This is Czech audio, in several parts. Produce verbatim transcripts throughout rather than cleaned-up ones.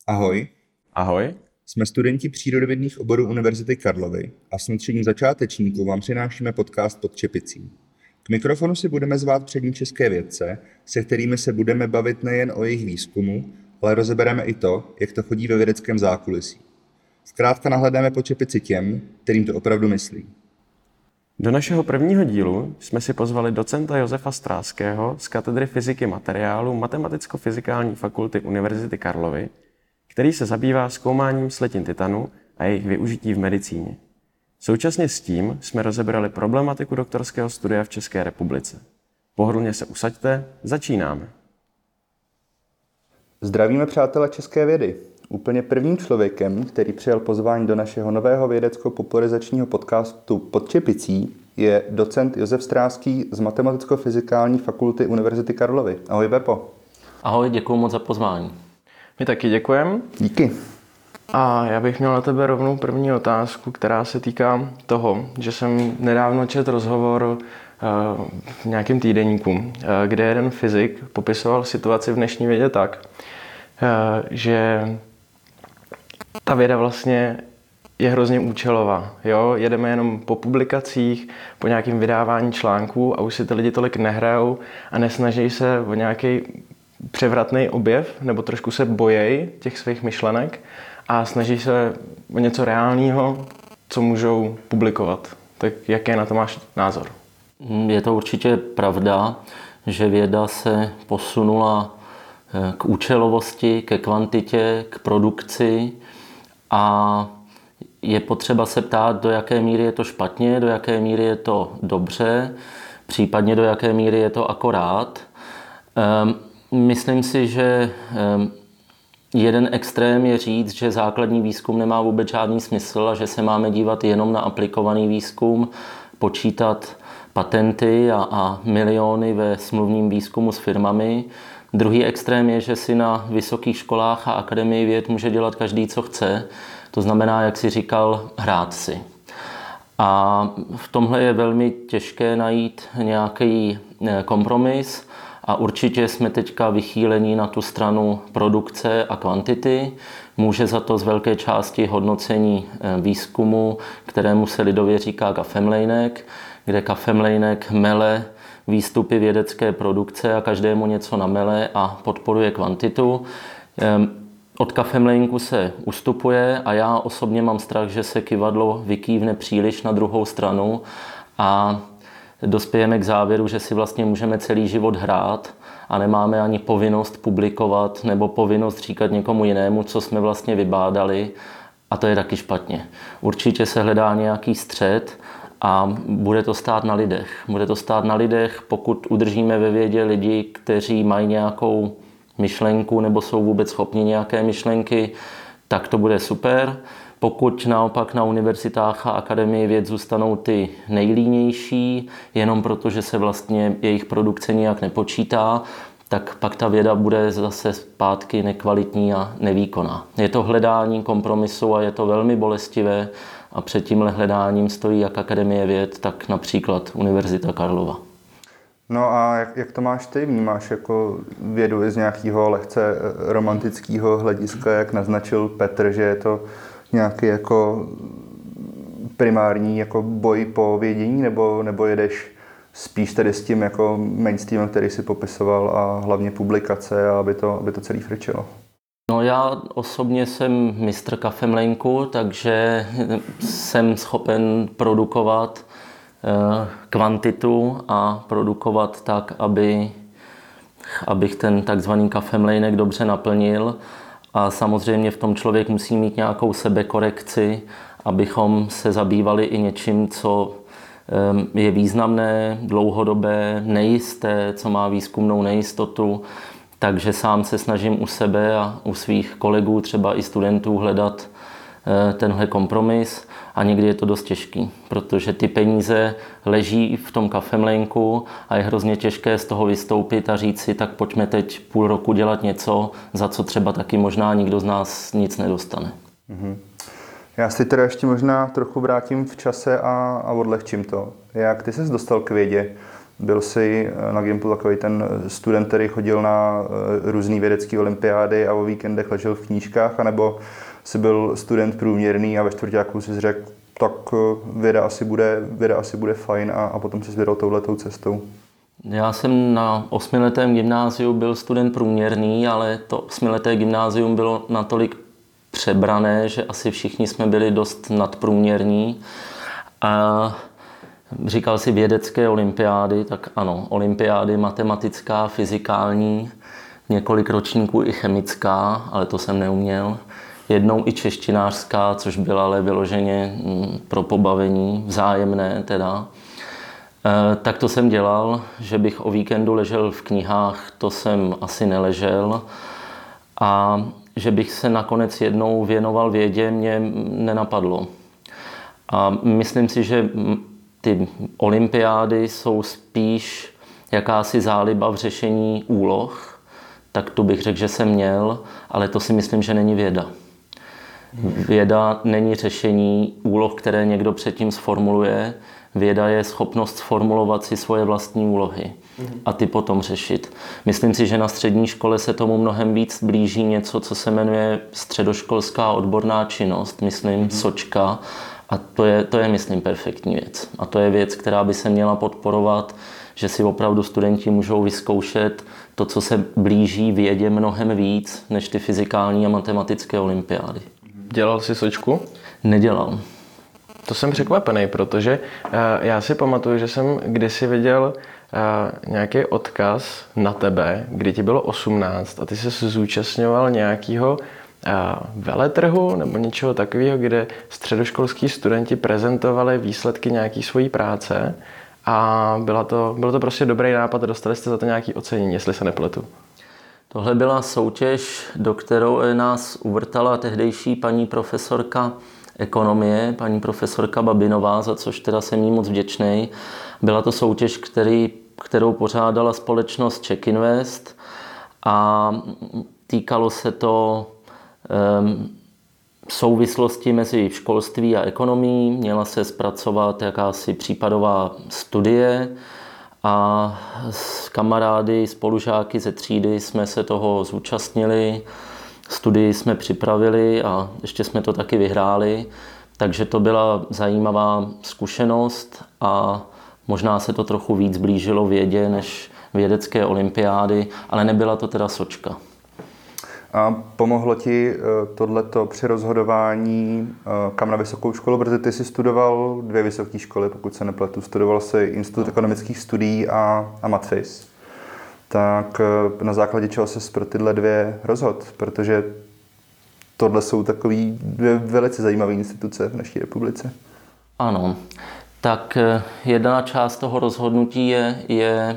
Ahoj, Ahoj. jsme studenti přírodovědných oborů Univerzity Karlovy a s nadšením začátečníků vám přinášíme podcast Pod čepicí. K mikrofonu si budeme zvát přední české vědce, se kterými se budeme bavit nejen o jejich výzkumu, ale rozebereme i to, jak to chodí ve vědeckém zákulisí. Zkrátka nahlédneme pod čepici těm, kterým to opravdu myslí. Do našeho prvního dílu jsme si pozvali docenta Josefa Stráského z katedry fyziky materiálu Matematicko-fyzikální fakulty Univerzity Karlovy, který se zabývá zkoumáním sletin titanu a jejich využití v medicíně. Současně s tím jsme rozebrali problematiku doktorského studia v České republice. Pohodlně se usaďte, začínáme. Zdravíme přátelé české vědy. Úplně prvním člověkem, který přijal pozvání do našeho nového vědecko-popularizačního podcastu Pod čepicí, je docent Josef Stráský z Matematicko-fyzikální fakulty Univerzity Karlovy. Ahoj, Pepo. Ahoj, děkuji moc za pozvání. My taky děkujeme. Díky. A já bych měl na tebe rovnou první otázku, která se týká toho, že jsem nedávno četl rozhovor v nějakém týdeníku, kde jeden fyzik popisoval situaci v dnešní vědě tak, že ta věda vlastně je hrozně účelová. Jo? Jedeme jenom po publikacích, po nějakém vydávání článků a už si ty lidi tolik nehrajou a nesnaží se o nějaký převratný objev, nebo trošku se bojejí těch svých myšlenek a snaží se o něco reálného, co můžou publikovat. Tak jaký na to máš názor? Je to určitě pravda, že věda se posunula k účelovosti, ke kvantitě, k produkci a je potřeba se ptát, do jaké míry je to špatně, do jaké míry je to dobře, případně do jaké míry je to akorát. Myslím si, že jeden extrém je říct, že základní výzkum nemá vůbec žádný smysl a že se máme dívat jenom na aplikovaný výzkum, počítat patenty a, a miliony ve smluvním výzkumu s firmami. Druhý extrém je, že si na vysokých školách a akademii věd může dělat každý, co chce. To znamená, jak si říkal, hrát si. A v tomhle je velmi těžké najít nějaký kompromis a určitě jsme teďka vychýlení na tu stranu produkce a kvantity. Může za to z velké části hodnocení výzkumu, kterému se lidově říká kafemlejnek, kde kafemlejnek mele výstupy vědecké produkce a každému něco namele a podporuje kvantitu. Od kafemlejnku se ustupuje a já osobně mám strach, že se kyvadlo vykývne příliš na druhou stranu a dospějeme k závěru, že si vlastně můžeme celý život hrát a nemáme ani povinnost publikovat nebo povinnost říkat někomu jinému, co jsme vlastně vybádali, a to je taky špatně. Určitě se hledá nějaký střed a bude to stát na lidech. Bude to stát na lidech, pokud udržíme ve vědě lidi, kteří mají nějakou myšlenku nebo jsou vůbec schopni nějaké myšlenky, tak to bude super. Pokud naopak na univerzitách a akademii věd zůstanou ty nejlínější, jenom proto, že se vlastně jejich produkce nijak nepočítá, tak pak ta věda bude zase zpátky nekvalitní a nevýkonná. Je to hledání kompromisu a je to velmi bolestivé a před tímhle hledáním stojí jak Akademie věd, tak například Univerzita Karlova. No a jak, jak to máš ty? Vnímáš jako vědu z nějakého lehce romantického hlediska, jak naznačil Petr, že je to nějaký jako primární jako boj po vědění, nebo, nebo jedeš spíš tady s tím jako mainstreamem, který si popisoval a hlavně publikace, aby to, aby to celý frčelo? No já osobně jsem mistr kafemlejnku, takže jsem schopen produkovat kvantitu a produkovat tak, aby, abych ten takzvaný kafemlejnek dobře naplnil. A samozřejmě v tom člověk musí mít nějakou sebekorekci, abychom se zabývali i něčím, co je významné, dlouhodobé, nejisté, co má výzkumnou nejistotu. Takže sám se snažím u sebe a u svých kolegů, třeba i studentů, hledat tenhle kompromis a někdy je to dost těžký, protože ty peníze leží v tom kafemlejnku a je hrozně těžké z toho vystoupit a říct si, tak pojďme teď půl roku dělat něco, za co třeba taky možná nikdo z nás nic nedostane. Mm-hmm. Já si teda ještě možná trochu vrátím v čase a, a odlehčím to. Jak ty ses dostal k vědě? Byl jsi na Gimplu takový ten student, který chodil na různé vědecké olympiády a o víkendech ležel v knížkách, anebo jsi byl student průměrný a ve čtvrťáku jsi řekl, tak věda asi bude, věda asi bude fajn a, a potom jsi vydal touhletou cestou? Já jsem na osmiletém gymnáziu byl student průměrný, ale to osmileté gymnázium bylo natolik přebrané, že asi všichni jsme byli dost nadprůměrní. A říkal si vědecké olympiády, tak ano, olympiády matematická, fyzikální, několik ročníků i chemická, ale to jsem neuměl. Jednou i češtinářská, což byla ale vyloženě pro pobavení, vzájemné teda. E, tak to jsem dělal, že bych o víkendu ležel v knihách, to jsem asi neležel. A že bych se nakonec jednou věnoval vědě, mě nenapadlo. A myslím si, že ty olympiády jsou spíš jakási záliba v řešení úloh, tak tu bych řekl, že jsem měl, ale to si myslím, že není věda. Věda není řešení úloh, které někdo předtím sformuluje. Věda je schopnost sformulovat si svoje vlastní úlohy a ty potom řešit. Myslím si, že na střední škole se tomu mnohem víc blíží něco, co se jmenuje středoškolská odborná činnost, myslím mm. Sočka. A to je, to je, myslím, perfektní věc. A to je věc, která by se měla podporovat, že si opravdu studenti můžou vyzkoušet to, co se blíží vědě mnohem víc, než ty fyzikální a matematické olympiády. Dělal jsi Sočku? Nedělal. To jsem překvapený, protože uh, já si pamatuju, že jsem kdysi viděl uh, nějaký odkaz na tebe, kdy ti bylo osmnáct a ty se zúčastňoval nějakého uh, veletrhu nebo něčeho takového, kde středoškolský studenti prezentovali výsledky nějaké svojí práce a byla to, byl to prostě dobrý nápad a dostali jste za to nějaké ocenění, jestli se nepletu. Tohle byla soutěž, do kterou nás uvrtala tehdejší paní profesorka ekonomie, paní profesorka Babinová, za což teda jsem jí moc vděčnej. Byla to soutěž, který, kterou pořádala společnost Czech Invest a týkalo se to um, souvislosti mezi školství a ekonomií. Měla se zpracovat jakási případová studie a s kamarády, spolužáky ze třídy jsme se toho zúčastnili. Studii jsme připravili a ještě jsme to taky vyhráli, takže to byla zajímavá zkušenost a možná se to trochu víc blížilo vědě než vědecké olympiády, ale nebyla to teda Sočka. A pomohlo ti tohleto při rozhodování, kam na vysokou školu, protože ty jsi studoval dvě vysoké školy, pokud se nepletu. Studoval jsi Institut ekonomických studií a, a Matfis. Tak na základě čeho ses pro tyhle dvě rozhodl? Protože tohle jsou takový dvě velice zajímavé instituce v naší republice. Ano, tak jedna část toho rozhodnutí je, je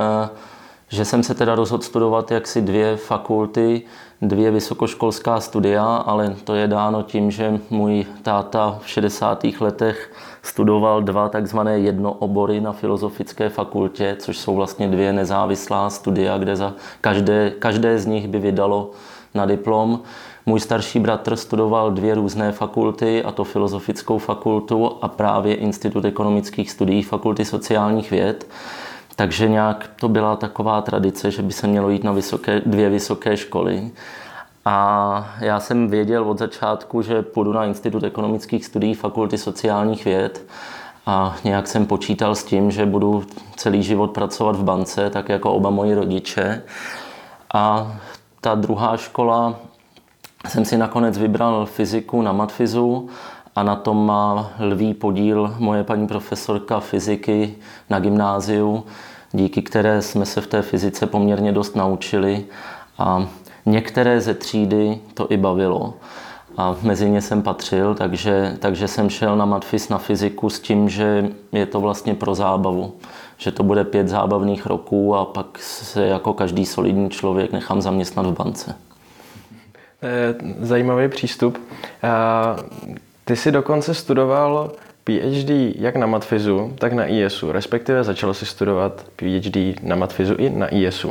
že jsem se teda rozhodl studovat jaksi dvě fakulty, dvě vysokoškolská studia, ale to je dáno tím, že můj táta v šedesátých letech studoval dva takzvané jednoobory na Filozofické fakultě, což jsou vlastně dvě nezávislá studia, kde za každé, každé z nich by vydalo na diplom. Můj starší bratr studoval dvě různé fakulty, a to Filozofickou fakultu a právě Institut ekonomických studií Fakulty sociálních věd. Takže nějak to byla taková tradice, že by se mělo jít na vysoké, dvě vysoké školy. A já jsem věděl od začátku, že půjdu na Institut ekonomických studií Fakulty sociálních věd a nějak jsem počítal s tím, že budu celý život pracovat v bance, tak jako oba moji rodiče. A ta druhá škola, jsem si nakonec vybral fyziku na Matfizu a na tom má lví podíl moje paní profesorka fyziky na gymnáziu, díky které jsme se v té fyzice poměrně dost naučili a některé ze třídy to i bavilo. A mezi ně jsem patřil, takže, takže jsem šel na Matfiz na fyziku s tím, že je to vlastně pro zábavu. Že to bude pět zábavných roků a pak se jako každý solidní člověk nechám zaměstnat v bance. Zajímavý přístup. Ty jsi dokonce studoval PhD jak na Matfizu, tak na I S U, respektive začal si studovat PhD na Matfizu i na I S U.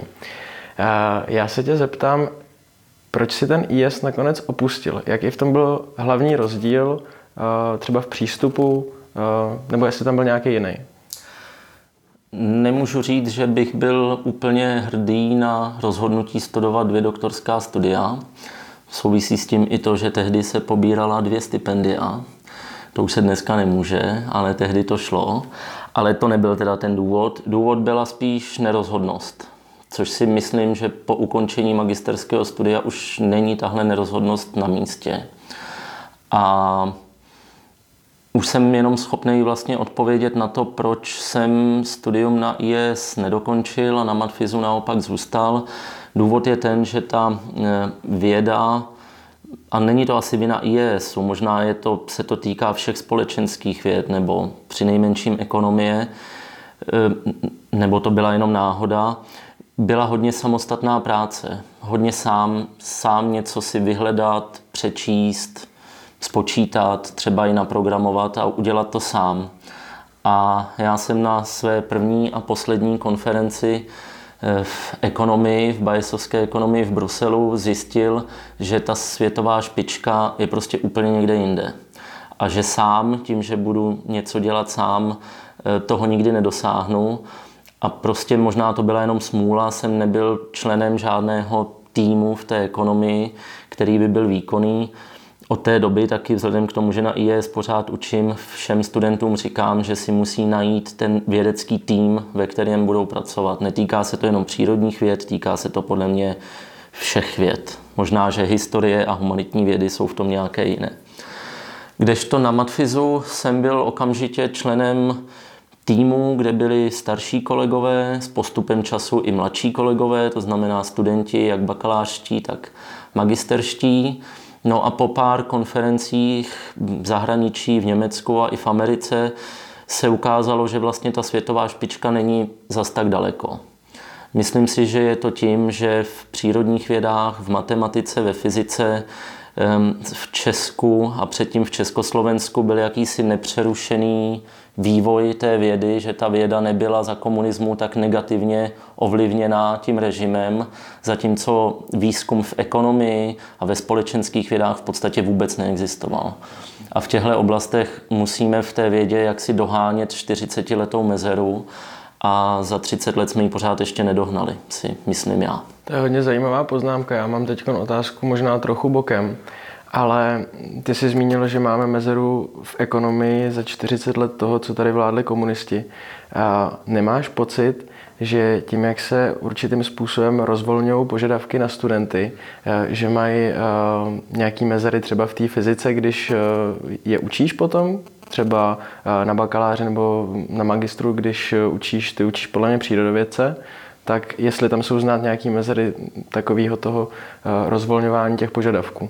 Já se tě zeptám, proč si ten I S nakonec opustil? Jaký v tom byl hlavní rozdíl, třeba v přístupu, nebo jestli tam byl nějaký jiný? Nemůžu říct, že bych byl úplně hrdý na rozhodnutí studovat dvě doktorská studia. Souvisí s tím i to, že tehdy se pobírala dvě stipendia. To už se dneska nemůže, ale tehdy to šlo. Ale to nebyl teda ten důvod. Důvod byla spíš nerozhodnost. Což si myslím, že po ukončení magisterského studia už není tahle nerozhodnost na místě. A už jsem jenom schopný vlastně odpovědět na to, proč jsem studium na I E S nedokončil a na matfizu naopak zůstal. Důvod je ten, že ta věda, a není to asi vina I E S u, možná je to, se to týká všech společenských věd nebo přinejmenším ekonomie, nebo to byla jenom náhoda, byla hodně samostatná práce. Hodně sám, sám něco si vyhledat, přečíst, spočítat, třeba i naprogramovat a udělat to sám. A já jsem na své první a poslední konferenci v ekonomii, v bayesovské ekonomii v Bruselu zjistil, že ta světová špička je prostě úplně někde jinde. A že sám, tím, že budu něco dělat sám, toho nikdy nedosáhnu. A prostě možná to byla jenom smůla, jsem nebyl členem žádného týmu v té ekonomii, který by byl výkonný. Od té doby taky vzhledem k tomu, že na I E S pořád učím, všem studentům říkám, že si musí najít ten vědecký tým, ve kterém budou pracovat. Netýká se to jenom přírodních věd, týká se to podle mě všech věd. Možná, že historie a humanitní vědy jsou v tom nějaké jiné. Kdežto na matfizu jsem byl okamžitě členem týmu, kde byli starší kolegové, s postupem času i mladší kolegové, to znamená studenti jak bakalářští, tak magisterští. No a po pár konferencích v zahraničí, v Německu a i v Americe se ukázalo, že vlastně ta světová špička není zas tak daleko. Myslím si, že je to tím, že v přírodních vědách, v matematice, ve fyzice, v Česku a předtím v Československu byl jakýsi nepřerušený vývoj té vědy, že ta věda nebyla za komunismu tak negativně ovlivněná tím režimem, zatímco výzkum v ekonomii a ve společenských vědách v podstatě vůbec neexistoval. A v těchto oblastech musíme v té vědě jaksi dohánět čtyřicetiletou mezeru a za třicet let jsme ji pořád ještě nedohnali, si myslím já. To je hodně zajímavá poznámka. Já mám teď otázku možná trochu bokem, ale ty jsi zmínil, že máme mezeru v ekonomii za čtyřicet let toho, co tady vládli komunisti. A nemáš pocit, že tím, jak se určitým způsobem rozvolňují požadavky na studenty, že mají nějaký mezery třeba v té fyzice, když je učíš potom? Třeba na bakaláři nebo na magistru, když učíš, ty učíš podle mě přírodovědce, tak jestli tam jsou znát nějaké mezery takového toho rozvolňování těch požadavků?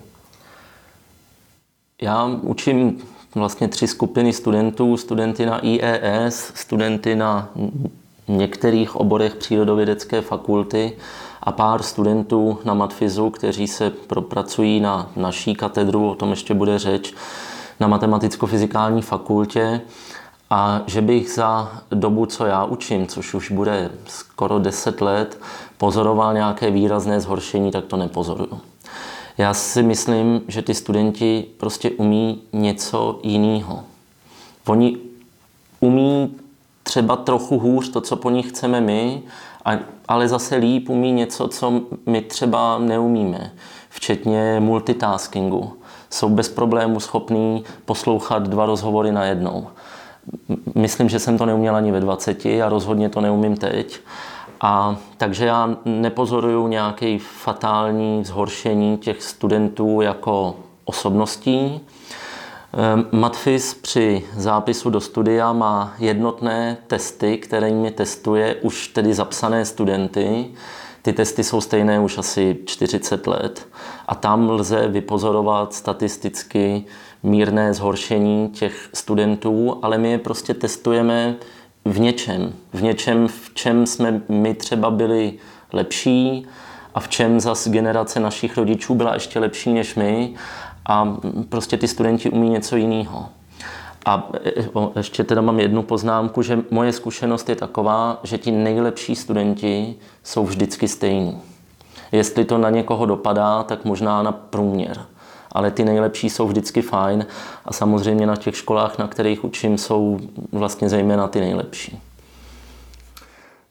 Já učím vlastně tři skupiny studentů. Studenty na I E S, studenty na některých oborech přírodovědecké fakulty a pár studentů na matfizu, kteří se propracují na naší katedru, o tom ještě bude řeč, na matematicko-fyzikální fakultě. A že bych za dobu, co já učím, což už bude skoro deset let, pozoroval nějaké výrazné zhoršení, tak to nepozoruju. Já si myslím, že ty studenti prostě umí něco jiného. Oni umí třeba trochu hůř to, co po nich chceme my, ale zase líp umí něco, co my třeba neumíme, včetně multitaskingu. Jsou bez problémů schopní poslouchat dva rozhovory najednou. Myslím, že jsem to neuměl ani ve dvaceti a rozhodně to neumím teď. A takže já nepozoruju nějaké fatální zhoršení těch studentů jako osobností. Matfiz při zápisu do studia má jednotné testy, kterými testuje už tedy zapsané studenty. Ty testy jsou stejné už asi čtyřicet let a tam lze vypozorovat statisticky mírné zhoršení těch studentů, ale my je prostě testujeme v něčem. V něčem, v čem jsme my třeba byli lepší a v čem zas generace našich rodičů byla ještě lepší než my a prostě ty studenti umí něco jiného. A ještě teda mám jednu poznámku, že moje zkušenost je taková, že ti nejlepší studenti jsou vždycky stejní. Jestli to na někoho dopadá, tak možná na průměr. Ale ty nejlepší jsou vždycky fajn a samozřejmě na těch školách, na kterých učím, jsou vlastně zejména ty nejlepší.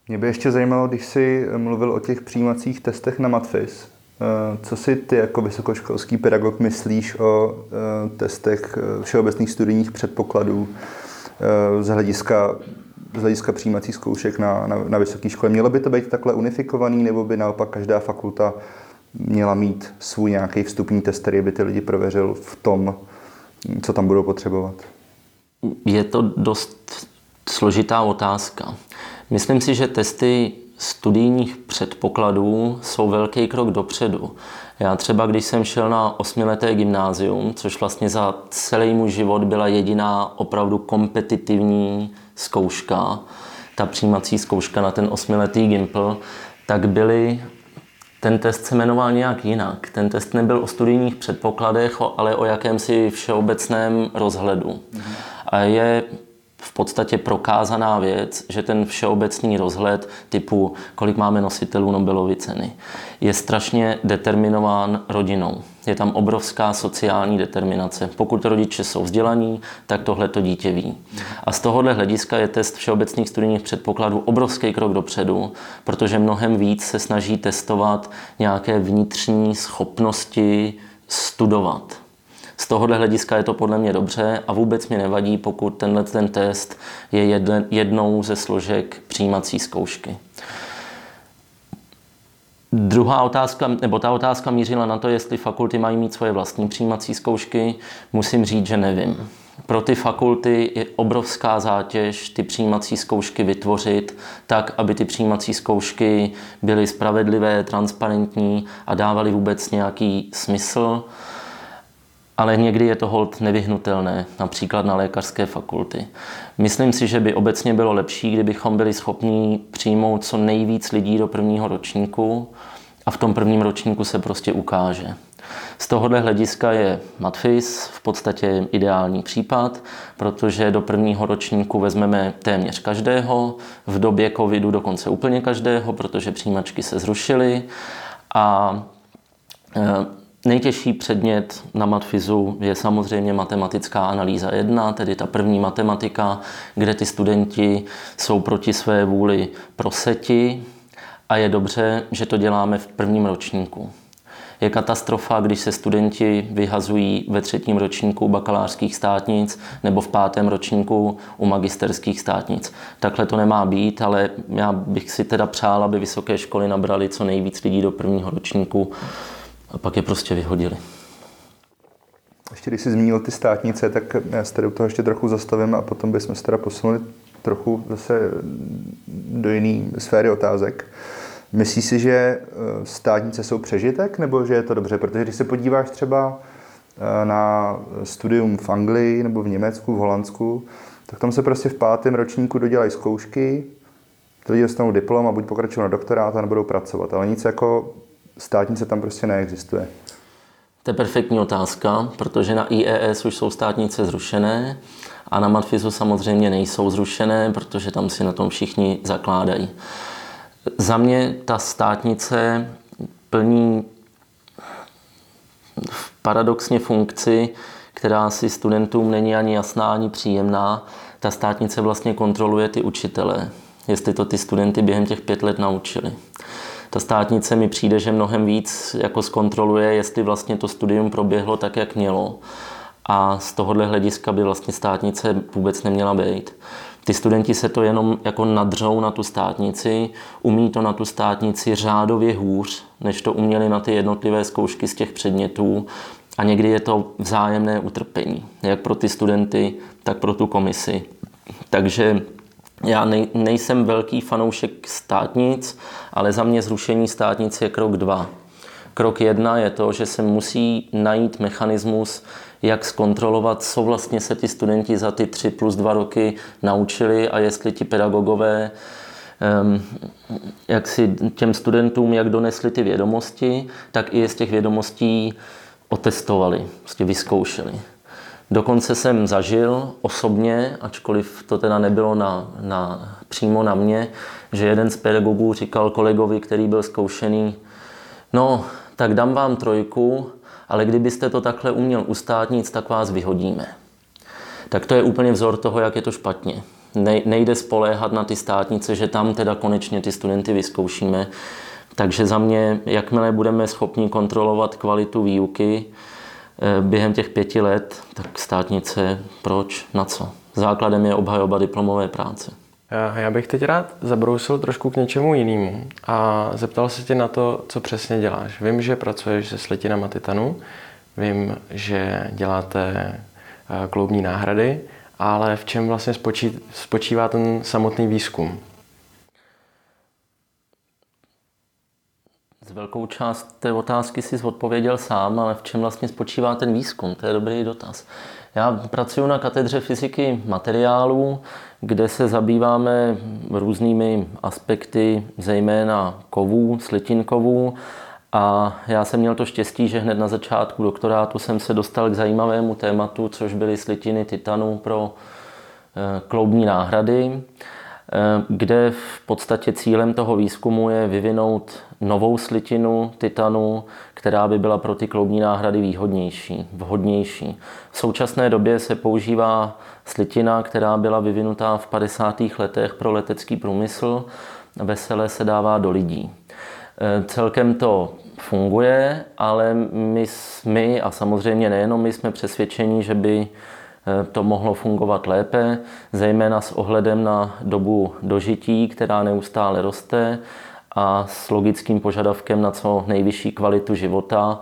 Mě by ještě zajímalo, když jsi mluvil o těch přijímacích testech na matfiz, co si ty jako vysokoškolský pedagog myslíš o testech všeobecných studijních předpokladů z hlediska, z hlediska přijímacích zkoušek na, na, na vysoké škole? Mělo by to být takhle unifikovaný, nebo by naopak každá fakulta měla mít svůj nějaký vstupní test, který by ty lidi prověřil v tom, co tam budou potřebovat? Je to dost složitá otázka. Myslím si, že testy studijních předpokladů jsou velký krok dopředu. Já třeba, když jsem šel na osmileté gymnázium, což vlastně za celý můj život byla jediná opravdu kompetitivní zkouška, ta přijímací zkouška na ten osmiletý gimpl, tak byly, ten test se jmenoval nějak jinak. Ten test nebyl o studijních předpokladech, ale o jakémsi všeobecném rozhledu. A je v podstatě prokázaná věc, že ten všeobecný rozhled typu, kolik máme nositelů Nobelovy ceny, je strašně determinován rodinou. Je tam obrovská sociální determinace. Pokud rodiče jsou vzdělaní, tak tohle to dítě ví. A z tohohle hlediska je test všeobecných studijních předpokladů obrovský krok dopředu, protože mnohem víc se snaží testovat nějaké vnitřní schopnosti studovat. Z tohohle hlediska je to podle mě dobře a vůbec mi nevadí, pokud tenhle ten test je jednou ze složek přijímací zkoušky. Druhá otázka, nebo ta otázka mířila na to, jestli fakulty mají mít svoje vlastní přijímací zkoušky. Musím říct, že nevím. Pro ty fakulty je obrovská zátěž ty přijímací zkoušky vytvořit tak, aby ty přijímací zkoušky byly spravedlivé, transparentní a dávaly vůbec nějaký smysl. Ale někdy je to holt nevyhnutelné, například na lékařské fakulty. Myslím si, že by obecně bylo lepší, kdybychom byli schopni přijmout co nejvíc lidí do prvního ročníku a v tom prvním ročníku se prostě ukáže. Z tohohle hlediska je matfiz v podstatě ideální případ, protože do prvního ročníku vezmeme téměř každého, v době covidu dokonce úplně každého, protože přijímačky se zrušily a e, nejtěžší předmět na matfizu je samozřejmě matematická analýza jedna, tedy ta první matematika, kde ty studenti jsou proti své vůli proseti a je dobře, že to děláme v prvním ročníku. Je katastrofa, když se studenti vyhazují ve třetím ročníku bakalářských státnic nebo v pátém ročníku u magisterských státnic. Takhle to nemá být, ale já bych si teda přál, aby vysoké školy nabrali co nejvíc lidí do prvního ročníku a pak je prostě vyhodili. Ještě když jsi zmínil ty státnice, tak já se tady u toho ještě trochu zastavím a potom bychom se teda posunuli trochu zase do jiné sféry otázek. Myslíš si, že státnice jsou přežitek, nebo že je to dobře? Protože když se podíváš třeba na studium v Anglii nebo v Německu, v Holandsku, tak tam se prostě v pátém ročníku dodělají zkoušky, ty lidi dostanou diplom a buď pokračují na doktorát a nebudou pracovat. Ale nic jako státnice tam prostě neexistuje. To je perfektní otázka, protože na I E S už jsou státnice zrušené a na matfizu samozřejmě nejsou zrušené, protože tam si na tom všichni zakládají. Za mě ta státnice plní paradoxně funkci, která si studentům není ani jasná, ani příjemná. Ta státnice vlastně kontroluje ty učitele, jestli to ty studenty během těch pět let naučili. Ta státnice mi přijde, že mnohem víc jako zkontroluje, jestli vlastně to studium proběhlo tak, jak mělo. A z tohohle hlediska by vlastně státnice vůbec neměla být. Ty studenti se to jenom jako nadřou na tu státnici, umí to na tu státnici řádově hůř, než to uměli na ty jednotlivé zkoušky z těch předmětů. A někdy je to vzájemné utrpení, jak pro ty studenty, tak pro tu komisi. Takže já nej, nejsem velký fanoušek státnic, ale za mě zrušení státnic je krok dva. Krok jedna je to, že se musí najít mechanismus, jak zkontrolovat, co vlastně se ty studenti za ty tři plus dva roky naučili a jestli ti pedagogové um, jak si těm studentům, jak donesli ty vědomosti, tak i z těch vědomostí otestovali, prostě vyzkoušeli. Dokonce jsem zažil osobně, ačkoliv to teda nebylo na, na, přímo na mě, že jeden z pedagogů říkal kolegovi, který byl zkoušený, no, tak dám vám trojku, ale kdybyste to takhle uměl u státnic, tak vás vyhodíme. Tak to je úplně vzor toho, jak je to špatně. nejde spoléhat na ty státnice, že tam teda konečně ty studenty vyzkoušíme. Takže za mě, jakmile budeme schopni kontrolovat kvalitu výuky během těch pěti let, tak státnice proč, na co? Základem je obhajoba diplomové práce. Já bych teď rád zabrousil trošku k něčemu jinému a zeptal se tě na to, co přesně děláš. Vím, že pracuješ se slitinama titanu, vím, že děláte kloubní náhrady, ale v čem vlastně spočívá ten samotný výzkum? Z velkou část té otázky jsi odpověděl sám, ale v čem vlastně spočívá ten výzkum? To je dobrý dotaz. Já pracuji na katedře fyziky materiálů, kde se zabýváme různými aspekty, zejména kovů, slitin kovů. A já jsem měl to štěstí, že hned na začátku doktorátu jsem se dostal k zajímavému tématu, což byly slitiny titanu pro kloubní náhrady, kde v podstatě cílem toho výzkumu je vyvinout novou slitinu titanu, která by byla pro ty kloubní náhrady výhodnější, vhodnější. V současné době se používá slitina, která byla vyvinutá v padesátých letech pro letecký průmysl, vesele se dává do lidí. Celkem to funguje, ale my, my a samozřejmě nejenom my jsme přesvědčeni, že by to mohlo fungovat lépe, zejména s ohledem na dobu dožití, která neustále roste a s logickým požadavkem na co nejvyšší kvalitu života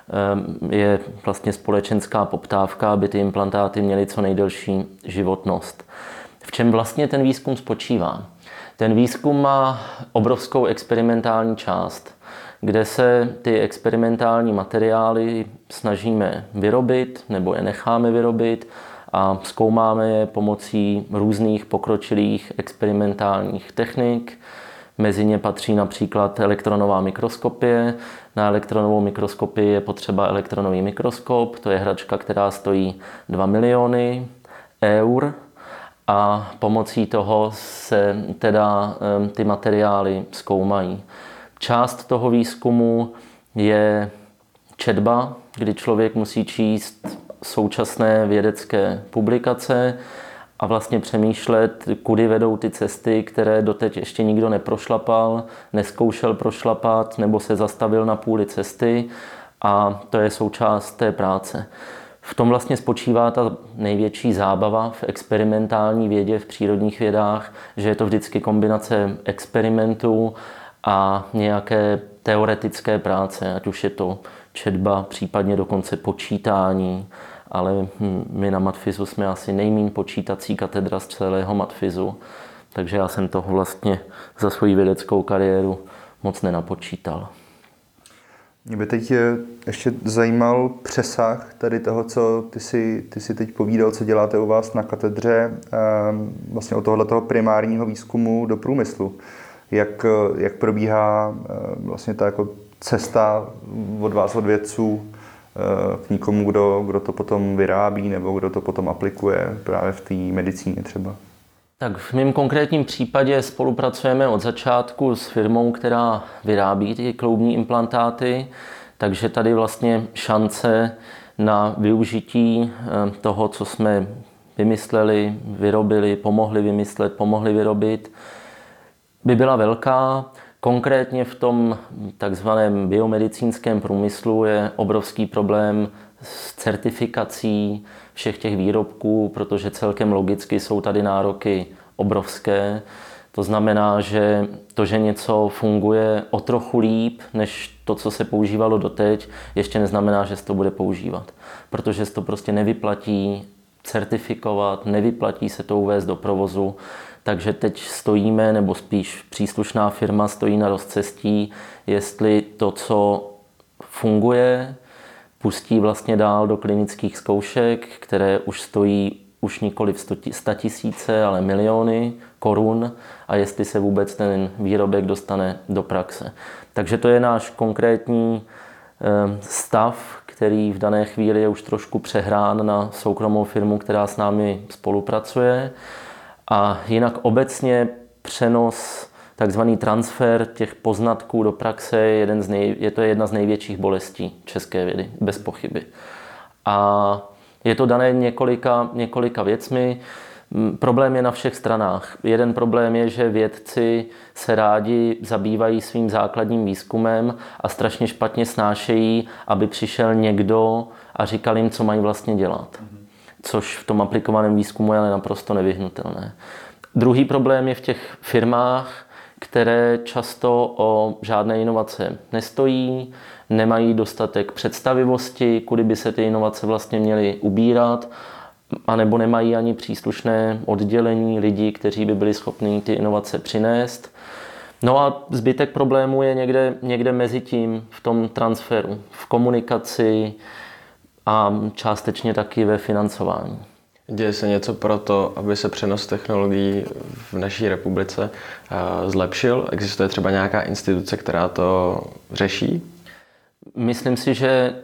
je vlastně společenská poptávka, aby ty implantáty měly co nejdelší životnost. V čem vlastně ten výzkum spočívá? Ten výzkum má obrovskou experimentální část, kde se ty experimentální materiály snažíme vyrobit nebo je necháme vyrobit a zkoumáme je pomocí různých pokročilých experimentálních technik. Mezi ně patří například elektronová mikroskopie. Na elektronovou mikroskopii je potřeba elektronový mikroskop. To je hračka, která stojí dva miliony eur. A pomocí toho se teda ty materiály zkoumají. Část toho výzkumu je četba, kdy člověk musí číst současné vědecké publikace a vlastně přemýšlet, kudy vedou ty cesty, které doteď ještě nikdo neprošlapal, neskoušel prošlapat nebo se zastavil na půli cesty a to je součást té práce. V tom vlastně spočívá ta největší zábava v experimentální vědě, v přírodních vědách, že je to vždycky kombinace experimentů a nějaké teoretické práce, ať už je to četba, případně dokonce počítání, ale my na matfizu jsme asi nejméně počítací katedra z celého matfizu, takže já jsem toho vlastně za svou vědeckou kariéru moc nenapočítal. Mě by teď ještě zajímal přesah tady toho, co ty si, ty si teď povídal, co děláte u vás na katedře, vlastně od tohoto primárního výzkumu do průmyslu. Jak, jak probíhá vlastně ta jako cesta od vás, od vědců, k někomu, kdo, kdo to potom vyrábí nebo kdo to potom aplikuje právě v té medicíně třeba? Tak v mém konkrétním případě spolupracujeme od začátku s firmou, která vyrábí ty kloubní implantáty, takže tady vlastně šance na využití toho, co jsme vymysleli, vyrobili, pomohli vymyslet, pomohli vyrobit, by byla velká. Konkrétně v tom takzvaném biomedicínském průmyslu je obrovský problém s certifikací všech těch výrobků, protože celkem logicky jsou tady nároky obrovské. To znamená, že to, že něco funguje o trochu líp, než to, co se používalo doteď, ještě neznamená, že se to bude používat. Protože se to prostě nevyplatí certifikovat, nevyplatí se to uvést do provozu. Takže teď stojíme, nebo spíš příslušná firma stojí na rozcestí, jestli to, co funguje, pustí vlastně dál do klinických zkoušek, které už stojí už nikoli v statisíce, ale miliony korun a jestli se vůbec ten výrobek dostane do praxe. Takže to je náš konkrétní stav, který v dané chvíli je už trošku přehrán na soukromou firmu, která s námi spolupracuje. A jinak obecně přenos, takzvaný transfer těch poznatků do praxe je, jeden z nej, je to jedna z největších bolestí české vědy, bez pochyby. A je to dané několika, několika věcmi. Problém je na všech stranách. Jeden problém je, že vědci se rádi zabývají svým základním výzkumem a strašně špatně snášejí, aby přišel někdo a říkal jim, co mají vlastně dělat. Což v tom aplikovaném výzkumu je ale naprosto nevyhnutelné. Druhý problém je v těch firmách, které často o žádné inovace nestojí, nemají dostatek představivosti, kudy by se ty inovace vlastně měly ubírat, anebo nemají ani příslušné oddělení lidí, kteří by byli schopni ty inovace přinést. No a zbytek problému je někde, někde mezi tím v tom transferu, v komunikaci a částečně taky ve financování. Děje se něco pro to, aby se přenos technologií v naší republice zlepšil? Existuje třeba nějaká instituce, která to řeší? Myslím si, že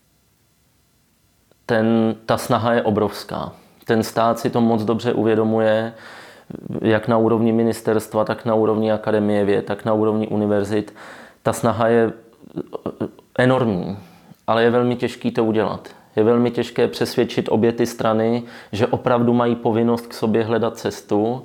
ten, ta snaha je obrovská. Ten stát si to moc dobře uvědomuje, jak na úrovni ministerstva, tak na úrovni akademie věd, tak na úrovni univerzit. Ta snaha je enormní, ale je velmi těžký to udělat. Je velmi těžké přesvědčit obě ty strany, že opravdu mají povinnost k sobě hledat cestu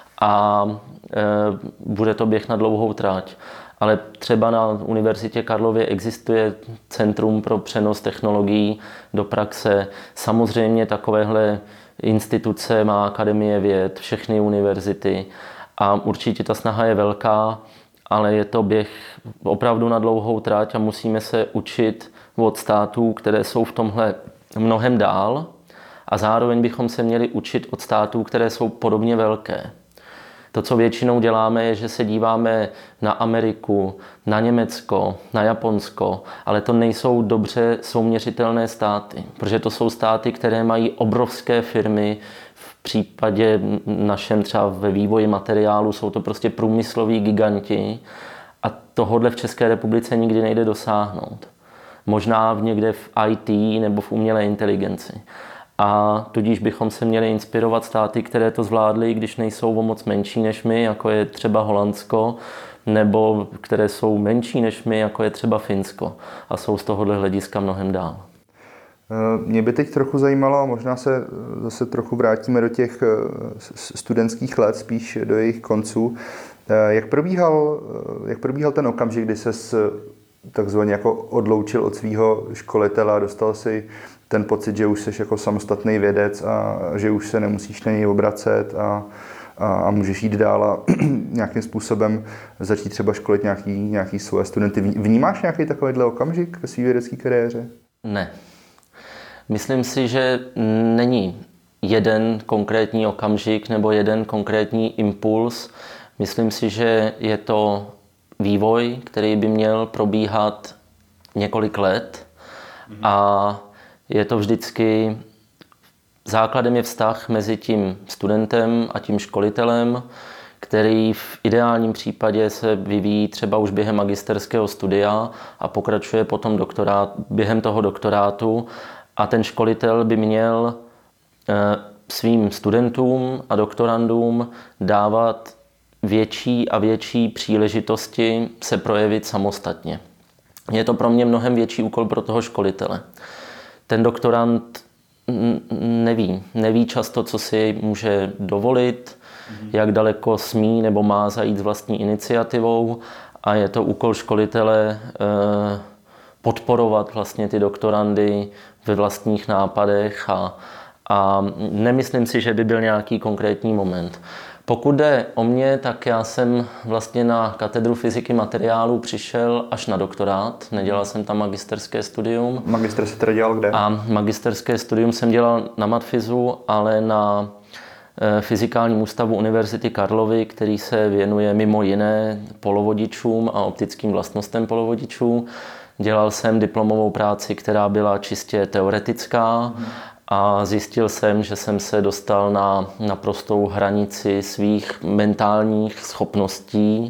a e, bude to běh na dlouhou tráť. Ale třeba na Univerzitě Karlově existuje Centrum pro přenos technologií do praxe. Samozřejmě takovéhle instituce má Akademie věd, všechny univerzity a určitě ta snaha je velká, ale je to běh opravdu na dlouhou tráť a musíme se učit od států, které jsou v tomhle mnohem dál a zároveň bychom se měli učit od států, které jsou podobně velké. To, co většinou děláme, je, že se díváme na Ameriku, na Německo, na Japonsko, ale to nejsou dobře souměřitelné státy, protože to jsou státy, které mají obrovské firmy. V případě našem třeba ve vývoji materiálu jsou to prostě průmysloví giganti a tohodle v České republice nikdy nejde dosáhnout. Možná v někde v í té nebo v umělé inteligenci. A tudíž bychom se měli inspirovat státy, které to zvládly, když nejsou o moc menší než my, jako je třeba Holandsko, nebo které jsou menší než my, jako je třeba Finsko. A jsou z tohohle hlediska mnohem dál. Mě by teď trochu zajímalo, a možná se zase trochu vrátíme do těch studentských let, spíš do jejich konců. Jak probíhal, jak probíhal ten okamžik, kdy ses takzvaně jako odloučil od svého školitele a dostal si ten pocit, že už jsi jako samostatný vědec a že už se nemusíš na něj obracet a, a, a můžeš jít dál a nějakým způsobem začít třeba školit nějaký, nějaký svoje studenty. Vnímáš nějaký takovýhle okamžik ve své vědecké kariéře? Ne. Myslím si, že není jeden konkrétní okamžik nebo jeden konkrétní impuls. Myslím si, že je to vývoj, který by měl probíhat několik let a je to vždycky, základem je vztah mezi tím studentem a tím školitelem, který v ideálním případě se vyvíjí třeba už během magisterského studia a pokračuje potom doktorát, během toho doktorátu a ten školitel by měl svým studentům a doktorandům dávat větší a větší příležitosti se projevit samostatně. Je to pro mě mnohem větší úkol pro toho školitele. Ten doktorand neví, neví často, co si může dovolit, mm-hmm. jak daleko smí nebo má zajít s vlastní iniciativou a je to úkol školitele eh, podporovat vlastně ty doktorandy ve vlastních nápadech a, a nemyslím si, že by byl nějaký konkrétní moment. Pokud jde o mě, tak já jsem vlastně na katedru fyziky materiálů přišel až na doktorát. Nedělal jsem tam magisterské studium. Magister se teda dělal kde? A magisterské studium jsem dělal na matfizu, ale na Fyzikálním ústavu Univerzity Karlovy, který se věnuje mimo jiné polovodičům a optickým vlastnostem polovodičů. Dělal jsem diplomovou práci, která byla čistě teoretická. Hmm. A zjistil jsem, že jsem se dostal na naprostou hranici svých mentálních schopností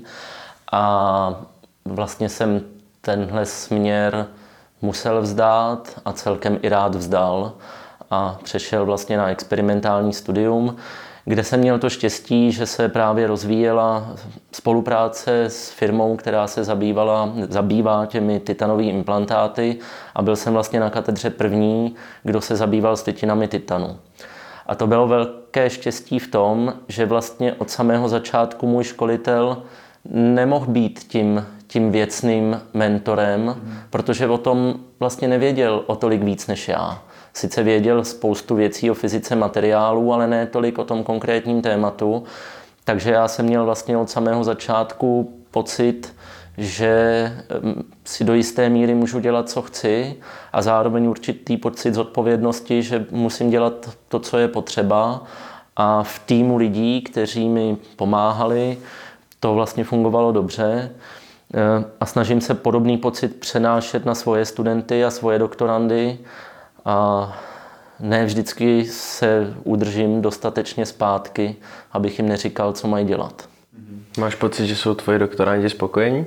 a vlastně jsem tenhle směr musel vzdát a celkem i rád vzdal a přešel vlastně na experimentální studium, kde jsem měl to štěstí, že se právě rozvíjela spolupráce s firmou, která se zabývala, zabývá těmi titanovými implantáty a byl jsem vlastně na katedře první, kdo se zabýval s titinami titanu. A to bylo velké štěstí v tom, že vlastně od samého začátku můj školitel nemohl být tím, tím věcným mentorem, mm. protože o tom vlastně nevěděl o tolik víc než já. Sice věděl spoustu věcí o fyzice materiálů, ale ne tolik o tom konkrétním tématu. Takže já jsem měl vlastně od samého začátku pocit, že si do jisté míry můžu dělat, co chci, a zároveň určitý pocit zodpovědnosti, že musím dělat to, co je potřeba. A v týmu lidí, kteří mi pomáhali, to vlastně fungovalo dobře. A snažím se podobný pocit přenášet na svoje studenty a svoje doktorandy. A ne vždycky se udržím dostatečně zpátky, abych jim neříkal, co mají dělat. Máš pocit, že jsou tvoji doktorandi spokojení?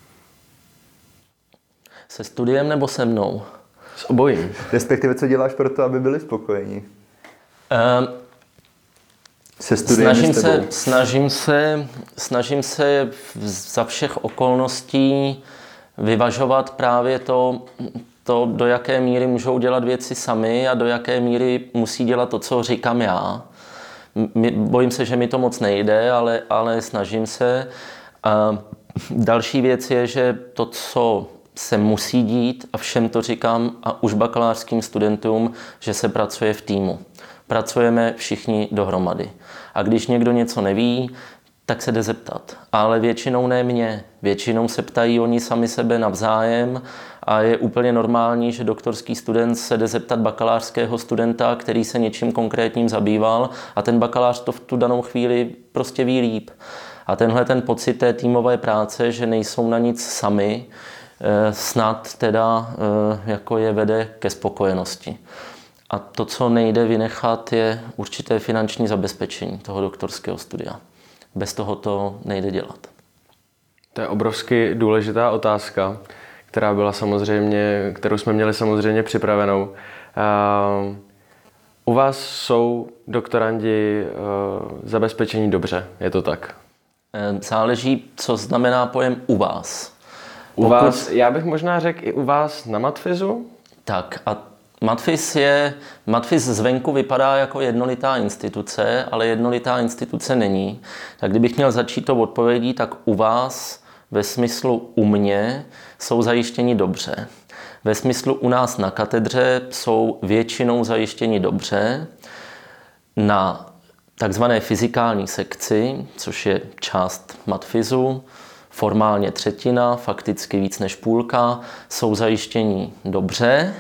Se studiem nebo se mnou? S obojím. Respektive, co děláš pro to, aby byli spokojení? Um, se studiem snažím, s tebou. se, snažím, se, snažím se za všech okolností vyvažovat právě to, to, do jaké míry můžou dělat věci sami a do jaké míry musí dělat to, co říkám já. Bojím se, že mi to moc nejde, ale, ale snažím se. A další věc je, že to, co se musí dít, a všem to říkám, a už bakalářským studentům, že se pracuje v týmu. Pracujeme všichni dohromady. A když někdo něco neví, tak se jde zeptat. Ale většinou ne mě. Většinou se ptají oni sami sebe navzájem a je úplně normální, že doktorský student se jde zeptat bakalářského studenta, který se něčím konkrétním zabýval, a ten bakalář to v tu danou chvíli prostě ví líp. A tenhle ten pocit té týmové práce, že nejsou na nic sami, snad teda jako je vede ke spokojenosti. A to, co nejde vynechat, je určité finanční zabezpečení toho doktorského studia. Bez toho to nejde dělat. To je obrovsky důležitá otázka, která byla samozřejmě, kterou jsme měli samozřejmě připravenou. Uh, u vás jsou doktorandi uh, zabezpečení dobře, je to tak? Záleží, co znamená pojem u vás. U Pokud... vás, já bych možná řekl i u vás na Matfizu? Tak a Matfiz je, Matfiz zvenku vypadá jako jednolitá instituce, ale jednolitá instituce není. Tak kdybych měl začít to odpovědí, tak u vás ve smyslu u mě jsou zajištěni dobře. Ve smyslu u nás na katedře jsou většinou zajištěni dobře. Na takzvané fyzikální sekci, což je část Matfizu, formálně třetina, fakticky víc než půlka, jsou zajištěni dobře.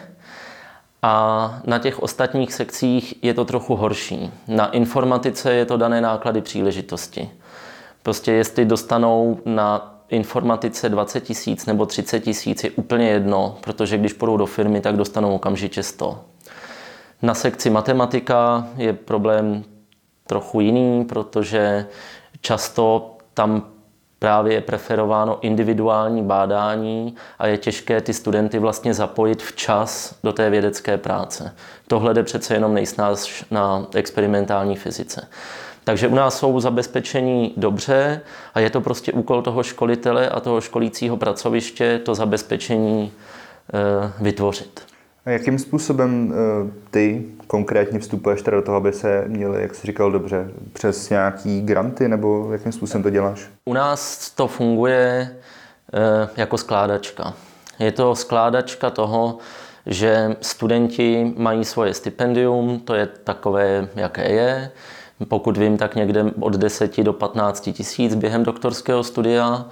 A na těch ostatních sekcích je to trochu horší. Na informatice je to dané náklady příležitosti. Prostě jestli dostanou na informatice dvacet tisíc nebo třicet tisíc, je úplně jedno, protože když půjdou do firmy, tak dostanou okamžitě sto. Na sekci matematika je problém trochu jiný, protože často tam právě je preferováno individuální bádání a je těžké ty studenty vlastně zapojit včas do té vědecké práce. Tohle jde přece jenom nejsnáz na experimentální fyzice. Takže u nás jsou zabezpečení dobře a je to prostě úkol toho školitele a toho školícího pracoviště to zabezpečení e, vytvořit. A jakým způsobem ty konkrétně vstupuješ do toho, aby se měli, jak jsi říkal, dobře, přes nějaký granty, nebo jakým způsobem to děláš? U nás to funguje jako skládačka. Je to skládačka toho, že studenti mají svoje stipendium, to je takové, jaké je. Pokud vím, tak někde od deseti do patnácti tisíc během doktorského studia.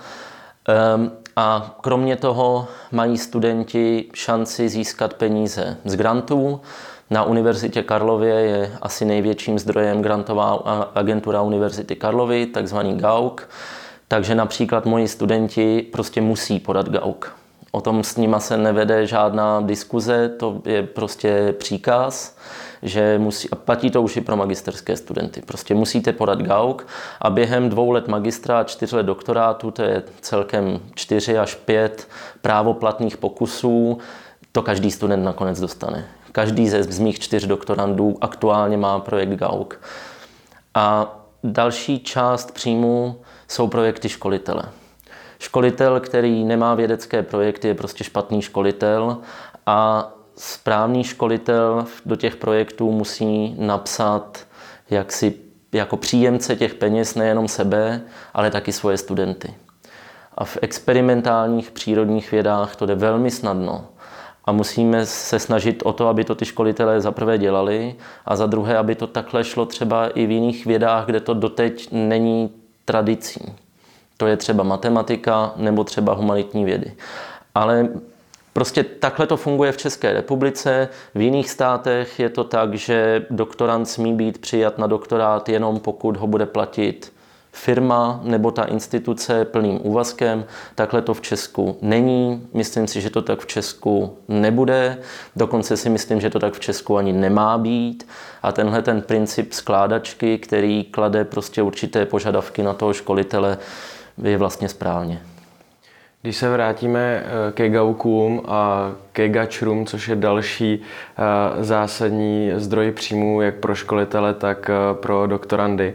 A kromě toho mají studenti šanci získat peníze z grantů. Na Univerzitě Karlově je asi největším zdrojem grantová agentura Univerzity Karlovy, takzvaný GAUK. Takže například moji studenti prostě musí podat GAUK. O tom s nima se nevede žádná diskuze, to je prostě příkaz, že musí, a platí to už i pro magisterské studenty. Prostě musíte podat GAUK a během dvou let magistra a čtyř let doktorátu, to je celkem čtyři až pět právoplatných pokusů, to každý student nakonec dostane. Každý ze z mých čtyř doktorandů aktuálně má projekt GAUK. A další část příjmu jsou projekty školitele. Školitel, který nemá vědecké projekty, je prostě špatný školitel a správný školitel do těch projektů musí napsat jaksi jako příjemce těch peněz nejenom sebe, ale taky svoje studenty. A v experimentálních přírodních vědách to jde velmi snadno. A musíme se snažit o to, aby to ty školitelé za prvé dělali a za druhé, aby to takhle šlo třeba i v jiných vědách, kde to doteď není tradicí. To je třeba matematika nebo třeba humanitní vědy. Ale prostě takhle to funguje v České republice. V jiných státech je to tak, že doktorand smí být přijat na doktorát jenom pokud ho bude platit firma nebo ta instituce plným úvazkem. Takhle to v Česku není. Myslím si, že to tak v Česku nebude. Dokonce si myslím, že to tak v Česku ani nemá být. A tenhle ten princip skládačky, který klade prostě určité požadavky na toho školitele, je vlastně správně. Když se vrátíme ke gaukům a ke gačrům, což je další zásadní zdroj příjmů jak pro školitele, tak pro doktorandy,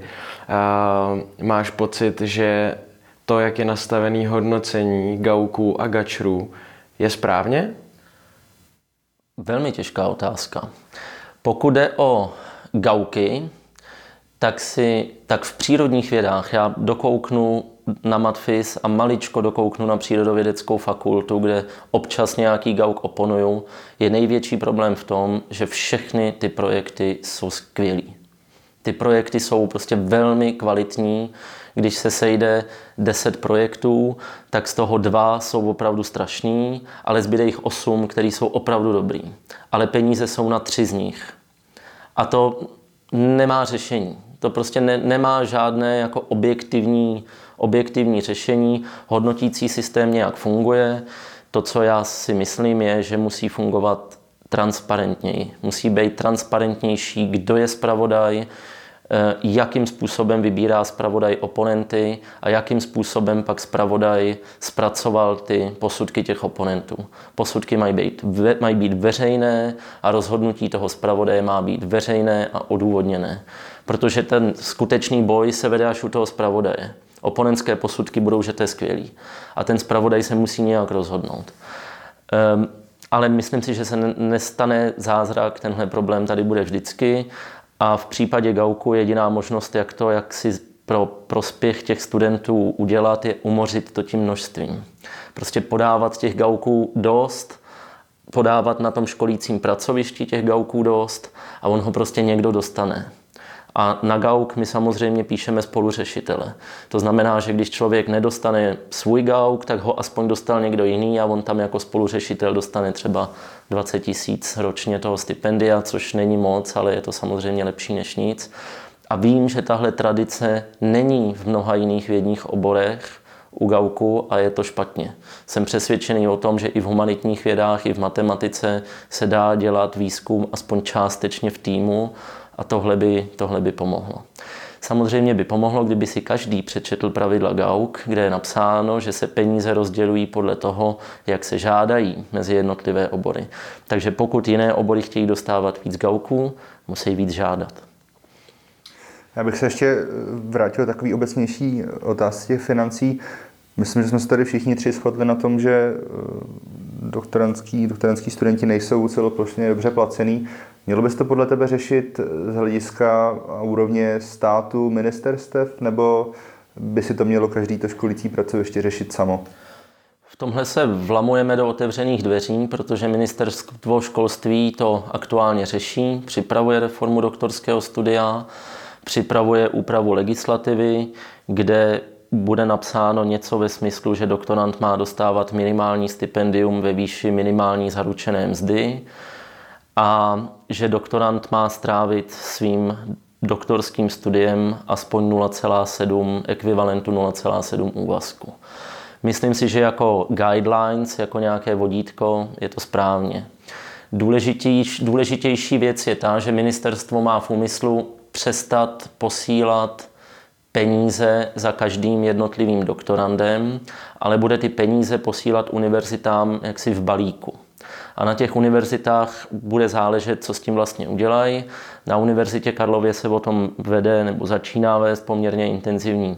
máš pocit, že to, jak je nastavené hodnocení gauků a gačrů, je správně? Velmi těžká otázka. Pokud jde o gauky, tak, si, tak v přírodních vědách já dokouknu na matfis a maličko dokouknu na přírodovědeckou fakultu, kde občas nějaký gauk oponuju, je největší problém v tom, že všechny ty projekty jsou skvělý. Ty projekty jsou prostě velmi kvalitní. Když se sejde deset projektů, tak z toho dva jsou opravdu strašný, ale zbyde jich osm, který jsou opravdu dobrý. Ale peníze jsou na tři z nich. A to nemá řešení. To prostě ne, nemá žádné jako objektivní, objektivní řešení. Hodnotící systém nějak funguje. To, co já si myslím, je, že musí fungovat transparentněji. Musí být transparentnější, kdo je zpravodaj, jakým způsobem vybírá zpravodaj oponenty a jakým způsobem pak zpravodaj zpracoval ty posudky těch oponentů. Posudky mají být, ve, mají být veřejné a rozhodnutí toho zpravodaje má být veřejné a odůvodněné. Protože ten skutečný boj se vede až u toho zpravodaje. Oponentské posudky budou, že to je skvělý. A ten zpravodaj se musí nějak rozhodnout. Um, ale myslím si, že se nestane zázrak, tenhle problém tady bude vždycky. A v případě gauku jediná možnost, jak to, jak si pro prospěch těch studentů udělat, je umořit to tím množstvím. Prostě podávat těch gauků dost, podávat na tom školícím pracovišti těch gauků dost a on ho prostě někdo dostane. A na gauk my samozřejmě píšeme spoluřešitele. To znamená, že když člověk nedostane svůj gauk, tak ho aspoň dostal někdo jiný a on tam jako spoluřešitel dostane třeba dvacet tisíc ročně toho stipendia, což není moc, ale je to samozřejmě lepší než nic. A vím, že tahle tradice není v mnoha jiných vědních oborech u gauku a je to špatně. Jsem přesvědčený o tom, že i v humanitních vědách, i v matematice se dá dělat výzkum aspoň částečně v týmu, a tohle by, tohle by pomohlo. Samozřejmě by pomohlo, kdyby si každý přečetl pravidla gauk, kde je napsáno, že se peníze rozdělují podle toho, jak se žádají mezi jednotlivé obory. Takže pokud jiné obory chtějí dostávat víc gauků, musí víc žádat. Já bych se ještě vrátil takový obecnější otázky těch financí. Myslím, že jsme se tady všichni tři shodli na tom, že doktorandský, doktorandský studenti nejsou celoplošně dobře placený. Mělo bys to podle tebe řešit z hlediska a úrovně státu, ministerstev, nebo by si to mělo každý to školící pracoviště řešit samo? V tomhle se vlamujeme do otevřených dveří, protože ministerstvo školství to aktuálně řeší, připravuje reformu doktorského studia, připravuje úpravu legislativy, kde bude napsáno něco ve smyslu, že doktorand má dostávat minimální stipendium ve výši minimální zaručené mzdy a že doktorand má strávit svým doktorským studiem aspoň nula celá sedm, ekvivalentu nula celá sedm úvazku. Myslím si, že jako guidelines, jako nějaké vodítko, je to správně. Důležitější, důležitější věc je ta, že ministerstvo má v úmyslu přestat posílat peníze za každým jednotlivým doktorandem, ale bude ty peníze posílat univerzitám jaksi v balíku. A na těch univerzitách bude záležet, co s tím vlastně udělají. Na Univerzitě Karlově se o tom vede nebo začíná vést poměrně intenzivní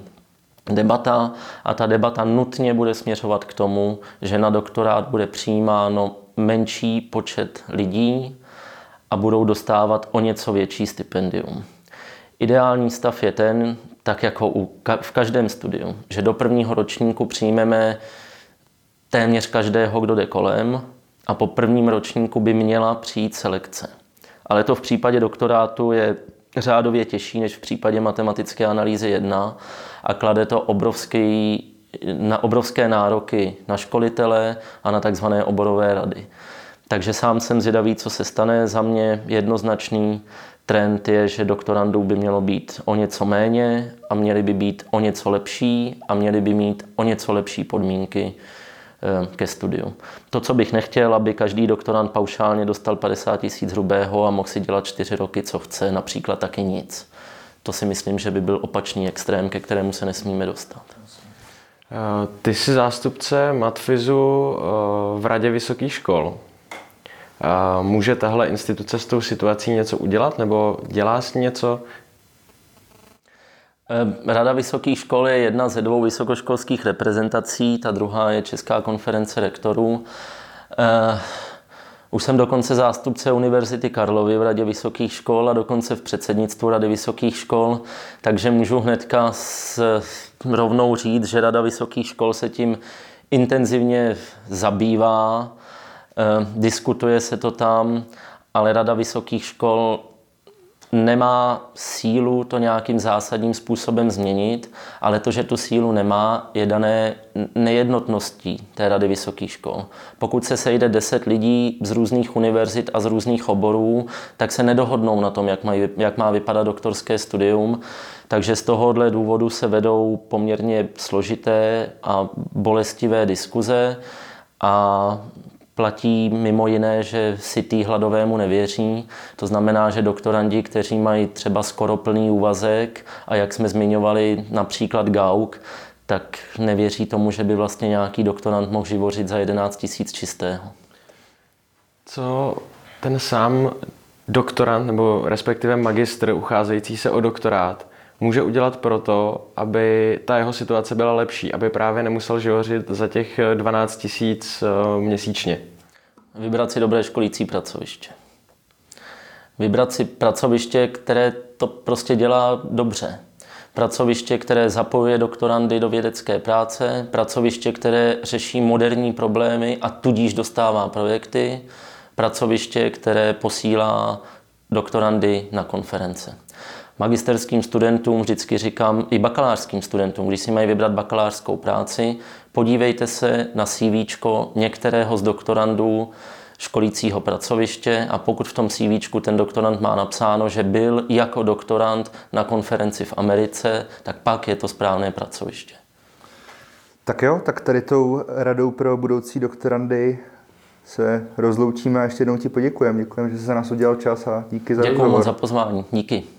debata a ta debata nutně bude směřovat k tomu, že na doktorát bude přijímáno menší počet lidí a budou dostávat o něco větší stipendium. Ideální stav je ten, tak jako u, v každém studiu, že do prvního ročníku přijmeme téměř každého, kdo jde kolem, a po prvním ročníku by měla přijít selekce. Ale to v případě doktorátu je řádově těžší než v případě matematické analýzy jedna a klade to obrovský, na obrovské nároky na školitele a na takzvané oborové rady. Takže sám jsem zvědavý, co se stane. Za mě jednoznačný trend je, že doktorandů by mělo být o něco méně a měli by být o něco lepší a měli by mít o něco lepší podmínky ke studiu. To, co bych nechtěl, aby každý doktorand paušálně dostal padesát tisíc hrubého a mohl si dělat čtyři roky, co chce, například taky nic. To si myslím, že by byl opačný extrém, ke kterému se nesmíme dostat. Ty jsi zástupce Matfizu v Radě vysokých škol. Může tahle instituce s tou situací něco udělat, nebo dělá s ní něco? Rada vysokých škol je jedna ze dvou vysokoškolských reprezentací, ta druhá je Česká konference rektorů. Už jsem dokonce zástupce Univerzity Karlovy v Radě vysokých škol a dokonce v předsednictvu Rady vysokých škol, takže můžu hnedka s, rovnou říct, že Rada vysokých škol se tím intenzivně zabývá, diskutuje se to tam, ale Rada vysokých škol nemá sílu to nějakým zásadním způsobem změnit, ale to, že tu sílu nemá, je dané nejednotností té Rady vysokých škol. Pokud se sejde deset lidí z různých univerzit a z různých oborů, tak se nedohodnou na tom, jak, mají, jak má vypadat doktorské studium. Takže z tohohle důvodu se vedou poměrně složité a bolestivé diskuze a platí mimo jiné, že sytý hladovému nevěří. To znamená, že doktorandi, kteří mají třeba skoro plný úvazek a jak jsme zmiňovali například Gauck, tak nevěří tomu, že by vlastně nějaký doktorand mohl živořit za jedenáct tisíc čistého. Co ten sám doktorand nebo respektive magistr ucházející se o doktorát může udělat proto, aby ta jeho situace byla lepší, aby právě nemusel živořit za těch dvanáct tisíc měsíčně? Vybrat si dobré školící pracoviště. Vybrat si pracoviště, které to prostě dělá dobře. Pracoviště, které zapojuje doktorandy do vědecké práce, pracoviště, které řeší moderní problémy a tudíž dostává projekty, pracoviště, které posílá doktorandy na konference. Magisterským studentům vždycky říkám, i bakalářským studentům, když si mají vybrat bakalářskou práci, podívejte se na CVčko některého z doktorandů školícího pracoviště a pokud v tom CVčku ten doktorand má napsáno, že byl jako doktorand na konferenci v Americe, tak pak je to správné pracoviště. Tak jo, tak tady tou radou pro budoucí doktorandy se rozloučíme a ještě jednou ti poděkujeme. Děkujeme, že jsi za nás udělal čas a díky za rozhovor. Děkuji moc za pozvání. Díky.